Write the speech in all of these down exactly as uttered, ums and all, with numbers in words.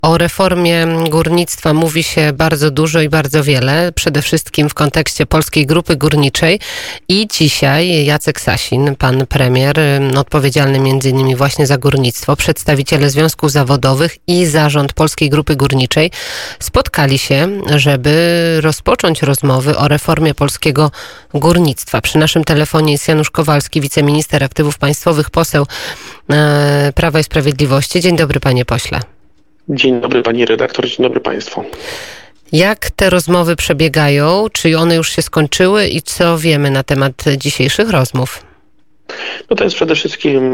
O reformie górnictwa mówi się bardzo dużo i bardzo wiele, przede wszystkim w kontekście Polskiej Grupy Górniczej i dzisiaj Jacek Sasin, pan premier, odpowiedzialny między innymi właśnie za górnictwo, przedstawiciele związków zawodowych i zarząd Polskiej Grupy Górniczej spotkali się, żeby rozpocząć rozmowy o reformie polskiego górnictwa. Przy naszym telefonie jest Janusz Kowalski, wiceminister aktywów państwowych, poseł e, Prawa i Sprawiedliwości. Dzień dobry, panie pośle. Dzień dobry pani redaktor, dzień dobry państwu. Jak te rozmowy przebiegają? Czy one już się skończyły i co wiemy na temat dzisiejszych rozmów? No to jest przede wszystkim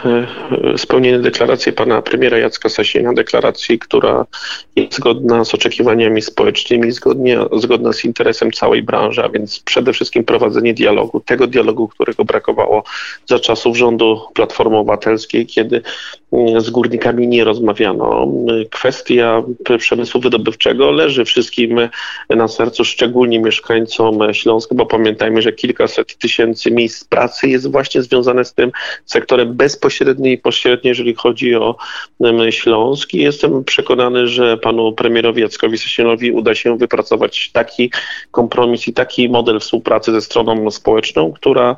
spełnienie deklaracji pana premiera Jacka Sasina, deklaracji, która jest zgodna z oczekiwaniami społecznymi, zgodnie, zgodna z interesem całej branży, a więc przede wszystkim prowadzenie dialogu, tego dialogu, którego brakowało za czasów rządu Platformy Obywatelskiej, kiedy z górnikami nie rozmawiano. Kwestia przemysłu wydobywczego leży wszystkim na sercu, szczególnie mieszkańcom Śląska, bo pamiętajmy, że kilkaset tysięcy miejsc pracy jest właśnie związane z tym sektorem bezpośrednim i pośrednim, jeżeli chodzi o Śląsk. I jestem przekonany, że panu premierowi Jackowi Sasinowi uda się wypracować taki kompromis i taki model współpracy ze stroną społeczną, która,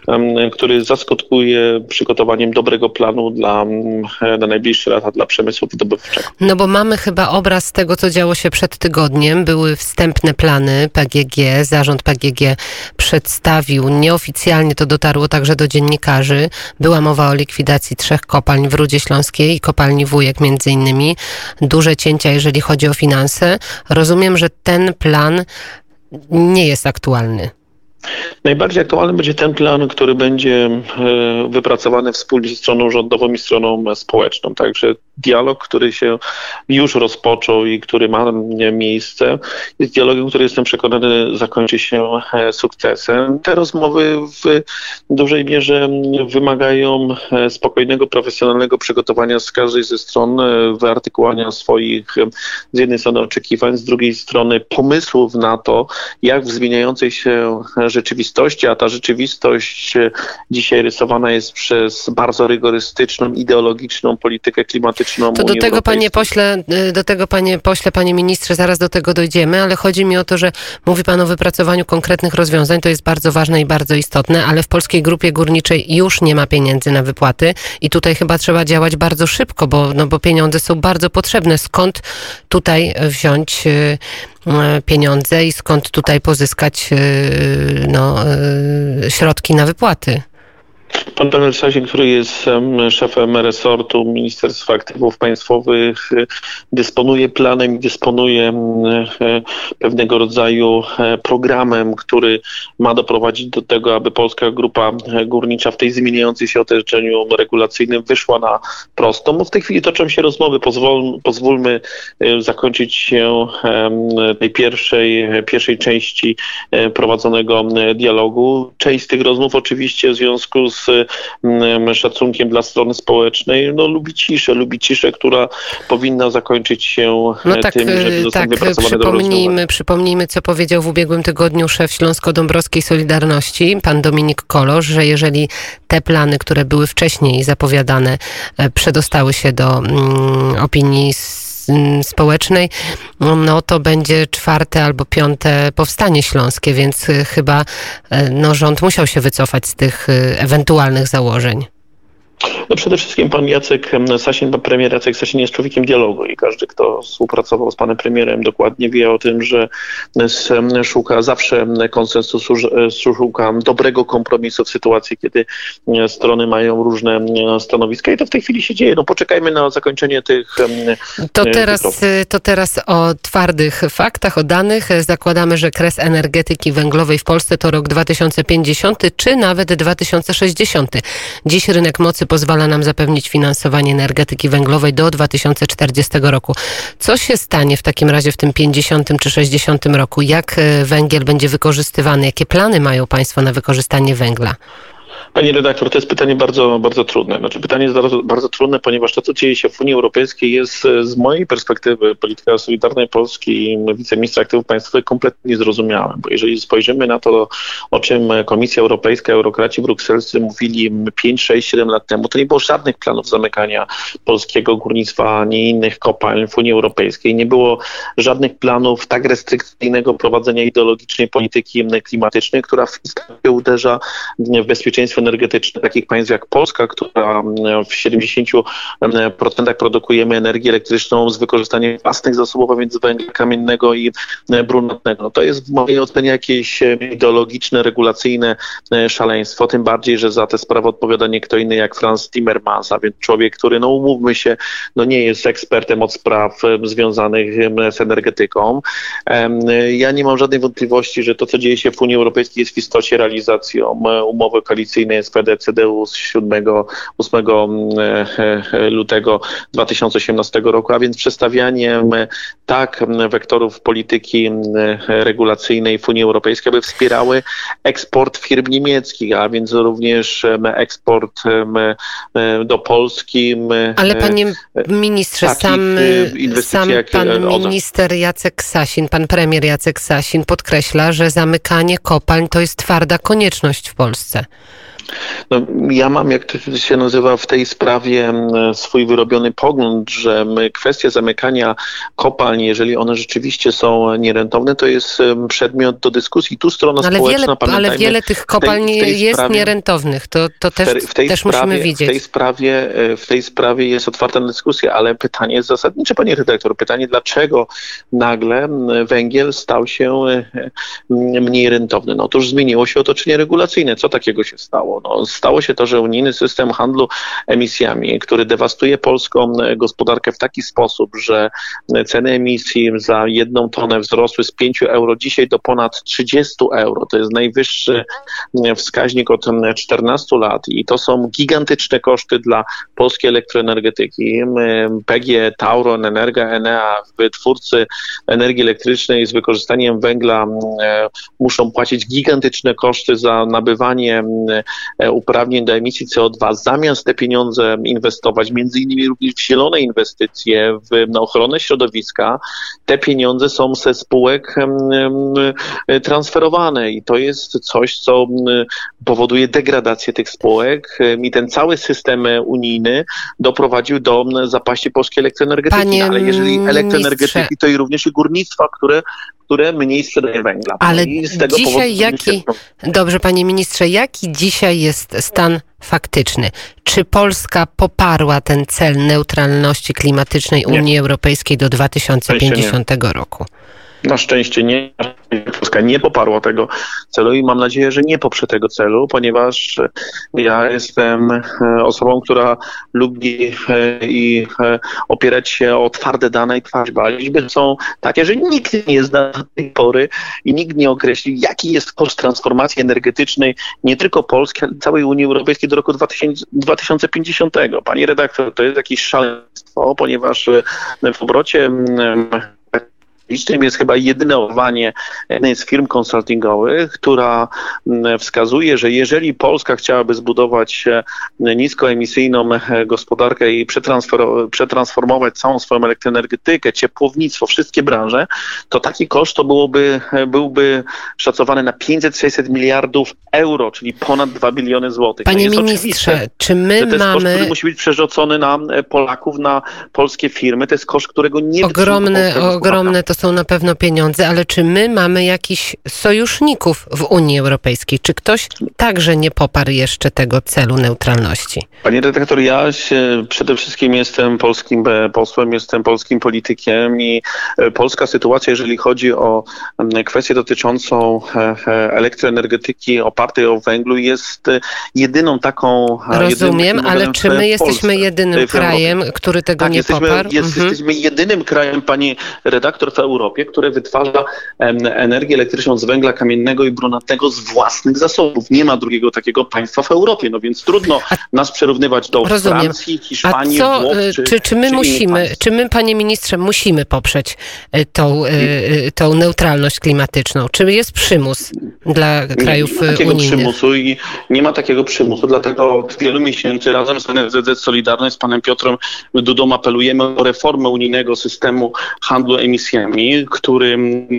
który zaskutkuje przygotowaniem dobrego planu dla na najbliższe lata dla przemysłu wydobywczego. No bo mamy chyba obraz tego, co działo się przed tygodniem. Były wstępne plany P G G. Zarząd P G G przedstawił, nieoficjalnie to dotarło także do dziennikarzy. Była mowa o likwidacji trzech kopalń w Rudzie Śląskiej i kopalni Wujek między innymi. Duże cięcia, jeżeli chodzi o finanse. Rozumiem, że ten plan nie jest aktualny. Najbardziej aktualny będzie ten plan, który będzie wypracowany wspólnie ze stroną rządową i stroną społeczną. Także dialog, który się już rozpoczął i który ma miejsce, jest dialogiem, który jestem przekonany zakończy się sukcesem. Te rozmowy w dużej mierze wymagają spokojnego, profesjonalnego przygotowania z każdej ze stron, wyartykułowania swoich z jednej strony oczekiwań, z drugiej strony pomysłów na to, jak w zmieniającej się rzeczywistości, a ta rzeczywistość dzisiaj rysowana jest przez bardzo rygorystyczną, ideologiczną politykę klimatyczną. To do tego, panie pośle, do tego, panie pośle, panie ministrze, zaraz do tego dojdziemy, ale chodzi mi o to, że mówi pan o wypracowaniu konkretnych rozwiązań, to jest bardzo ważne i bardzo istotne, ale w Polskiej Grupie Górniczej już nie ma pieniędzy na wypłaty i tutaj chyba trzeba działać bardzo szybko, bo, no bo pieniądze są bardzo potrzebne. Skąd tutaj wziąć pieniądze i skąd tutaj pozyskać no, środki na wypłaty? Pan premier Sasin, który jest szefem resortu Ministerstwa Aktywów Państwowych, dysponuje planem i dysponuje pewnego rodzaju programem, który ma doprowadzić do tego, aby Polska Grupa Górnicza w tej zmieniającej się otoczeniu regulacyjnym wyszła na prostą. Bo w tej chwili toczą się rozmowy. Pozwól, pozwólmy zakończyć się tej pierwszej, pierwszej części prowadzonego dialogu. Część z tych rozmów oczywiście w związku z szacunkiem dla strony społecznej, no lubi ciszę, lubi ciszę, która powinna zakończyć się no tak, tym, żeby zostały tak, wypracowane przypomnijmy, przypomnijmy, co powiedział w ubiegłym tygodniu szef Śląsko-Dąbrowskiej Solidarności, pan Dominik Kolosz, że jeżeli te plany, które były wcześniej zapowiadane, przedostały się do mm, opinii społecznej, no to będzie czwarte albo piąte powstanie śląskie, więc chyba no, rząd musiał się wycofać z tych ewentualnych założeń. No przede wszystkim pan Jacek Sasin, pan premier Jacek Sasin jest człowiekiem dialogu i każdy, kto współpracował z panem premierem, dokładnie wie o tym, że szuka zawsze konsensusu, szuka dobrego kompromisu w sytuacji, kiedy strony mają różne stanowiska i to w tej chwili się dzieje. No poczekajmy na zakończenie tych... To teraz, to teraz o twardych faktach, o danych. Zakładamy, że kres energetyki węglowej w Polsce to rok dwa tysiące pięćdziesiąty czy nawet dwa tysiące sześćdziesiąty. Dziś rynek mocy pozwala nam zapewnić finansowanie energetyki węglowej do dwa tysiące czterdziestego roku. Co się stanie w takim razie w tym pięćdziesiątym czy sześćdziesiątym roku? Jak węgiel będzie wykorzystywany? Jakie plany mają państwo na wykorzystanie węgla? Pani redaktor, to jest pytanie bardzo, bardzo trudne. Znaczy, pytanie jest bardzo, bardzo trudne, ponieważ to, co dzieje się w Unii Europejskiej, jest z mojej perspektywy polityka Solidarnej Polski i wiceministra aktywów państwowych kompletnie niezrozumiałe. Bo jeżeli spojrzymy na to, o czym Komisja Europejska, eurokraci brukselscy mówili pięć, sześć, siedem lat temu, to nie było żadnych planów zamykania polskiego górnictwa ani innych kopalń w Unii Europejskiej. Nie było żadnych planów tak restrykcyjnego prowadzenia ideologicznej polityki klimatycznej, która w istocie uderza w bezpieczeństwo energetyczne takich państw jak Polska, która w siedemdziesięciu procentach produkujemy energię elektryczną z wykorzystaniem własnych zasobów, a więc węgla kamiennego i brunatnego. To jest w mojej ocenie jakieś ideologiczne, regulacyjne szaleństwo, tym bardziej, że za tę sprawę odpowiada nie kto inny jak Frans Timmermans, a więc człowiek, który, no umówmy się, no nie jest ekspertem od spraw związanych z energetyką. Ja nie mam żadnej wątpliwości, że to, co dzieje się w Unii Europejskiej, jest w istocie realizacją umowy koalicyjnej S P D C D U z siódmego ósmego lutego dwa tysiące osiemnastego roku, a więc przestawianiem tak wektorów polityki regulacyjnej w Unii Europejskiej, aby wspierały eksport firm niemieckich, a więc również eksport do Polski. Ale panie ministrze, sam, sam pan minister Jacek Sasin, pan premier Jacek Sasin podkreśla, że zamykanie kopalń to jest twarda konieczność w Polsce. No, ja mam, jak to się nazywa, w tej sprawie swój wyrobiony pogląd, że kwestia zamykania kopalń, jeżeli one rzeczywiście są nierentowne, to jest przedmiot do dyskusji. Tu strona ale społeczna, wiele, Ale wiele tych kopalń w tej, w tej jest sprawie, nierentownych. To, to też, w tej też sprawie, musimy widzieć. W tej, sprawie, w tej sprawie jest otwarta dyskusja, ale pytanie jest zasadnicze, panie redaktor. Pytanie, dlaczego nagle węgiel stał się mniej rentowny? No otóż zmieniło się otoczenie regulacyjne. Co takiego się stało? No, stało się to, że unijny system handlu emisjami, który dewastuje polską gospodarkę w taki sposób, że ceny emisji za jedną tonę wzrosły z pięciu euro dzisiaj do ponad trzydziestu euro. To jest najwyższy wskaźnik od czternastu lat i to są gigantyczne koszty dla polskiej elektroenergetyki. P G E, Tauron, Energa, Enea, wytwórcy energii elektrycznej z wykorzystaniem węgla muszą płacić gigantyczne koszty za nabywanie uprawnień do emisji C O dwa, zamiast te pieniądze inwestować między innymi również w zielone inwestycje, w na ochronę środowiska, te pieniądze są ze spółek transferowane i to jest coś, co powoduje degradację tych spółek i ten cały system unijny doprowadził do zapaści polskiej elektroenergetyki. Panie ale jeżeli elektroenergetyki, ministrze, to i również i górnictwa, które które mniej sprzedaje węgla. Ale I z tego dzisiaj powodu jaki, się... dobrze panie ministrze, jaki dzisiaj jest stan faktyczny? Czy Polska poparła ten cel neutralności klimatycznej Unii nie. Europejskiej do dwa tysiące pięćdziesiątego roku? Na szczęście nie. Polska nie poparła tego celu i mam nadzieję, że nie poprze tego celu, ponieważ ja jestem osobą, która lubi i opierać się o twarde dane i twarde. A liczby są takie, że nikt nie zna do tej pory i nikt nie określił, jaki jest koszt transformacji energetycznej nie tylko Polski, ale całej Unii Europejskiej do roku dwa tysiące pięćdziesiątego. Pani redaktor, to jest jakieś szaleństwo, ponieważ w obrocie licznym jest chyba jedyne owanie jednej z firm konsultingowych, która wskazuje, że jeżeli Polska chciałaby zbudować niskoemisyjną gospodarkę i przetransformować całą swoją elektroenergetykę, ciepłownictwo, wszystkie branże, to taki koszt to byłoby, byłby szacowany na pięćset sześćset miliardów euro, czyli ponad dwa biliony złotych. Panie ministrze, czy my to jest mamy... koszt, który musi być przerzucony na Polaków, na polskie firmy. To jest koszt, którego nie Ogromne, ogromne to są na pewno pieniądze, ale czy my mamy jakichś sojuszników w Unii Europejskiej? Czy ktoś także nie poparł jeszcze tego celu neutralności? Panie redaktor, ja się, przede wszystkim jestem polskim posłem, jestem polskim politykiem i polska sytuacja, jeżeli chodzi o kwestię dotyczącą elektroenergetyki opartej o węglu, jest jedyną taką... Rozumiem, ale czy my jesteśmy jedynym krajem, który tego tak, nie jesteśmy, poparł? Jest, mhm. Jesteśmy jedynym krajem, pani redaktor, w Europie, które wytwarza energię elektryczną z węgla kamiennego i brunatnego z własnych zasobów. Nie ma drugiego takiego państwa w Europie, no więc trudno A, nas przyrównywać do rozumiem. Francji, Hiszpanii, A co, Włoch czy, czy, czy my czy musimy, czy my, panie ministrze, musimy poprzeć tą, tą neutralność klimatyczną? Czy jest przymus dla krajów unijnych? Nie ma takiego unijnych? przymusu i nie ma takiego przymusu, dlatego od wielu miesięcy razem z N S Z Z Solidarność, z panem Piotrem Dudą apelujemy o reformę unijnego systemu handlu emisjami, który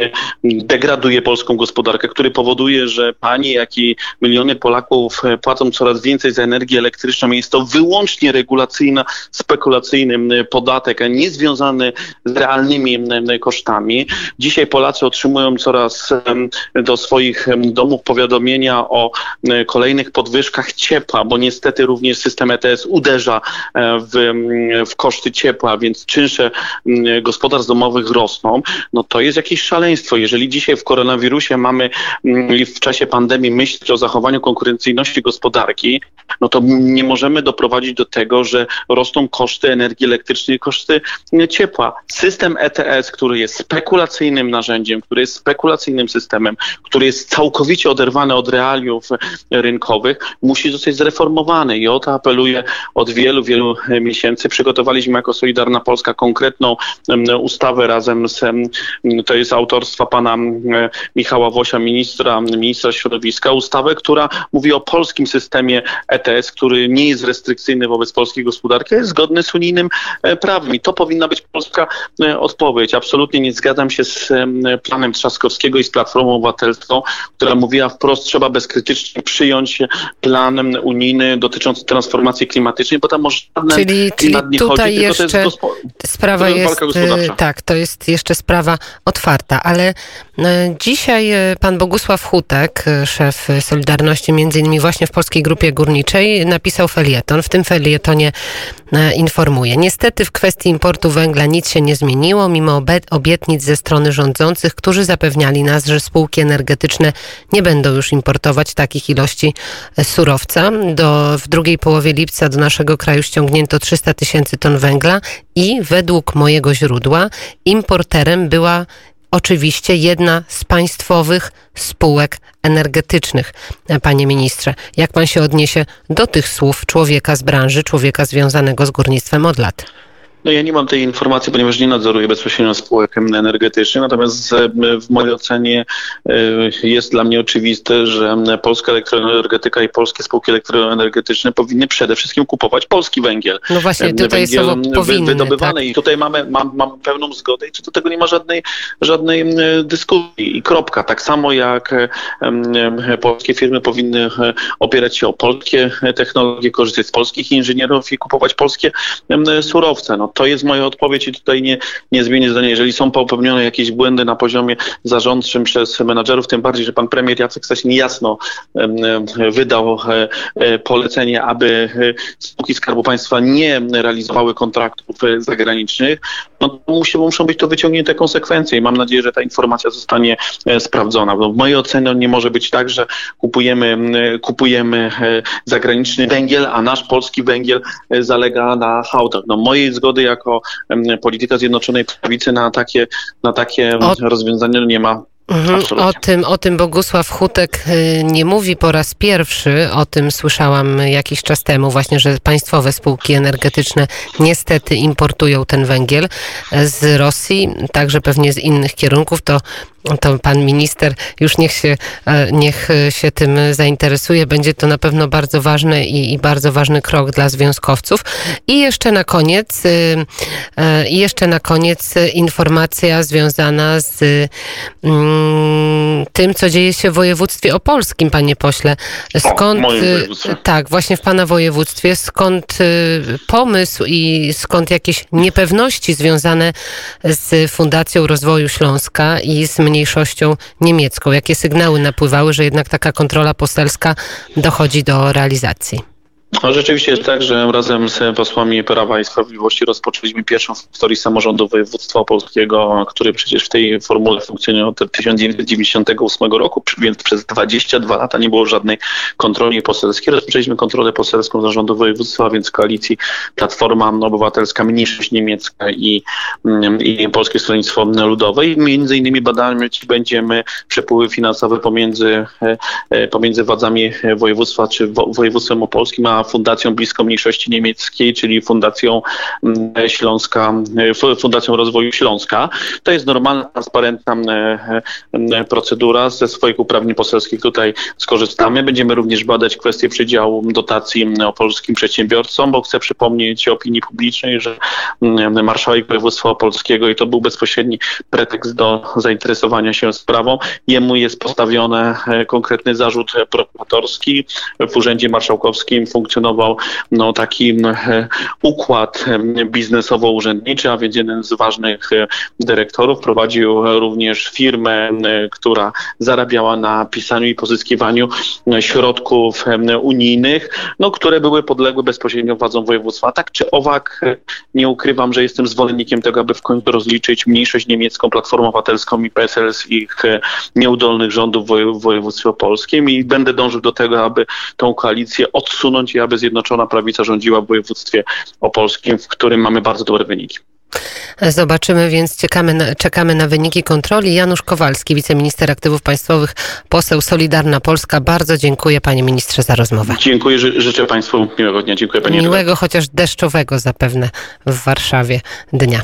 degraduje polską gospodarkę, który powoduje, że panie, jak i miliony Polaków płacą coraz więcej za energię elektryczną. Jest to wyłącznie regulacyjny, spekulacyjny podatek, a nie związany z realnymi kosztami. Dzisiaj Polacy otrzymują coraz do swoich domów powiadomienia o kolejnych podwyżkach ciepła, bo niestety również system E T S uderza w, w koszty ciepła, więc czynsze gospodarstw domowych rosną. No to jest jakieś szaleństwo. Jeżeli dzisiaj w koronawirusie mamy w czasie pandemii myśleć o zachowaniu konkurencyjności gospodarki, no to nie możemy doprowadzić do tego, że rosną koszty energii elektrycznej i koszty ciepła. System E T S, który jest spekulacyjnym narzędziem, który jest spekulacyjnym systemem, który jest całkowicie oderwany od realiów rynkowych, musi zostać zreformowany i o to apeluję od wielu, wielu miesięcy. Przygotowaliśmy jako Solidarna Polska konkretną ustawę razem z, to jest autorstwa pana Michała Wosia, ministra, ministra środowiska, ustawę, która mówi o polskim systemie E T S, który nie jest restrykcyjny wobec polskiej gospodarki, jest zgodny z unijnym prawem. I to powinna być polska odpowiedź. Absolutnie nie zgadzam się z planem Trzaskowskiego i z Platformą Obywatelską, która mówiła wprost, trzeba bezkrytycznie przyjąć plan unijny dotyczący transformacji klimatycznej, bo tam może żaden Czyli, czyli nie tutaj chodzi, jeszcze to jest gospo- sprawa to jest, jest tak, to jest jeszcze sprawa otwarta, ale dzisiaj pan Bogusław Hutek, szef Solidarności, między innymi właśnie w Polskiej Grupie Górniczej, napisał felieton. W tym felietonie informuje: niestety w kwestii importu węgla nic się nie zmieniło, mimo obietnic ze strony rządzących, którzy zapewniali nas, że spółki energetyczne nie będą już importować takich ilości surowca. Do, w drugiej połowie lipca do naszego kraju ściągnięto trzysta tysięcy ton węgla i według mojego źródła importerem była oczywiście jedna z państwowych spółek energetycznych. Panie ministrze, jak pan się odniesie do tych słów człowieka z branży, człowieka związanego z górnictwem od lat? No ja nie mam tej informacji, ponieważ nie nadzoruję bezpośrednio spółek energetycznych, natomiast w mojej ocenie jest dla mnie oczywiste, że polska elektroenergetyka i polskie spółki elektroenergetyczne powinny przede wszystkim kupować polski węgiel. No właśnie, tutaj jest słowo powinny, wydobywany tak. I tutaj mamy, mam, mam pełną zgodę i co do tego nie ma żadnej, żadnej dyskusji i kropka. Tak samo jak polskie firmy powinny opierać się o polskie technologie, korzystać z polskich inżynierów i kupować polskie surowce. No, to jest moja odpowiedź i tutaj nie, nie zmienię zdania. Jeżeli są popełnione jakieś błędy na poziomie zarządczym przez menadżerów, tym bardziej, że pan premier Jacek Sasin jasno wydał polecenie, aby spółki Skarbu Państwa nie realizowały kontraktów zagranicznych, no to musi, muszą być to wyciągnięte konsekwencje i mam nadzieję, że ta informacja zostanie sprawdzona. Bo w mojej ocenie nie może być tak, że kupujemy, kupujemy zagraniczny węgiel, a nasz polski węgiel zalega na hałdach. No mojej zgody jako polityka Zjednoczonej Prawicy na takie, na takie o... rozwiązania nie ma. Mhm, o tym, o tym Bogusław Hutek nie mówi po raz pierwszy. O tym słyszałam jakiś czas temu właśnie, że państwowe spółki energetyczne niestety importują ten węgiel z Rosji, także pewnie z innych kierunków. To to pan minister już niech się, niech się tym zainteresuje. Będzie to na pewno bardzo ważny i, i bardzo ważny krok dla związkowców. I jeszcze na koniec, i jeszcze na koniec informacja związana z mm, tym, co dzieje się w województwie opolskim, panie pośle. Skąd, o, w tak, właśnie w pana województwie, skąd pomysł i skąd jakieś niepewności związane z Fundacją Rozwoju Śląska i z mniejszością niemiecką? Jakie sygnały napływały, że jednak taka kontrola poselska dochodzi do realizacji? No, rzeczywiście jest tak, że razem z posłami Prawa i Sprawiedliwości rozpoczęliśmy pierwszą w historii samorządu województwa opolskiego, który przecież w tej formule funkcjonuje od tysiąc dziewięćset dziewięćdziesiątego ósmego roku, więc przez dwadzieścia dwa lata nie było żadnej kontroli poselskiej. Rozpoczęliśmy kontrolę poselską zarządu województwa, więc koalicji Platforma Obywatelska, Mniejszość Niemiecka i, i Polskie Stronnictwo Ludowe. I między innymi badać będziemy przepływy finansowe pomiędzy, pomiędzy władzami województwa czy wo, województwem opolskim a Fundacją Blisko Mniejszości Niemieckiej, czyli Fundacją Śląska, Fundacją Rozwoju Śląska. To jest normalna, transparentna procedura. Ze swoich uprawnień poselskich tutaj skorzystamy. Będziemy również badać kwestię przydziału dotacji opolskim przedsiębiorcom, bo chcę przypomnieć opinii publicznej, że marszałek województwa opolskiego, i to był bezpośredni pretekst do zainteresowania się sprawą, jemu jest postawiony konkretny zarzut prokuratorski. W Urzędzie Marszałkowskim funkcjonował no, taki układ biznesowo-urzędniczy, a więc jeden z ważnych dyrektorów prowadził również firmę, która zarabiała na pisaniu i pozyskiwaniu środków unijnych, no, które były podległe bezpośrednio władzom województwa. Tak czy owak, nie ukrywam, że jestem zwolennikiem tego, aby w końcu rozliczyć mniejszość niemiecką, Platformę Obywatelską i P S L z ich nieudolnych rządów w województwie opolskim i będę dążył do tego, aby tą koalicję odsunąć i aby Zjednoczona Prawica rządziła w województwie opolskim, w którym mamy bardzo dobre wyniki. Zobaczymy, więc czekamy na, czekamy na wyniki kontroli. Janusz Kowalski, wiceminister aktywów państwowych, poseł Solidarna Polska. Bardzo dziękuję, panie ministrze, za rozmowę. Dziękuję, ży- życzę państwu miłego dnia. Dziękuję, panie Miłego, chociaż deszczowego zapewne w Warszawie dnia.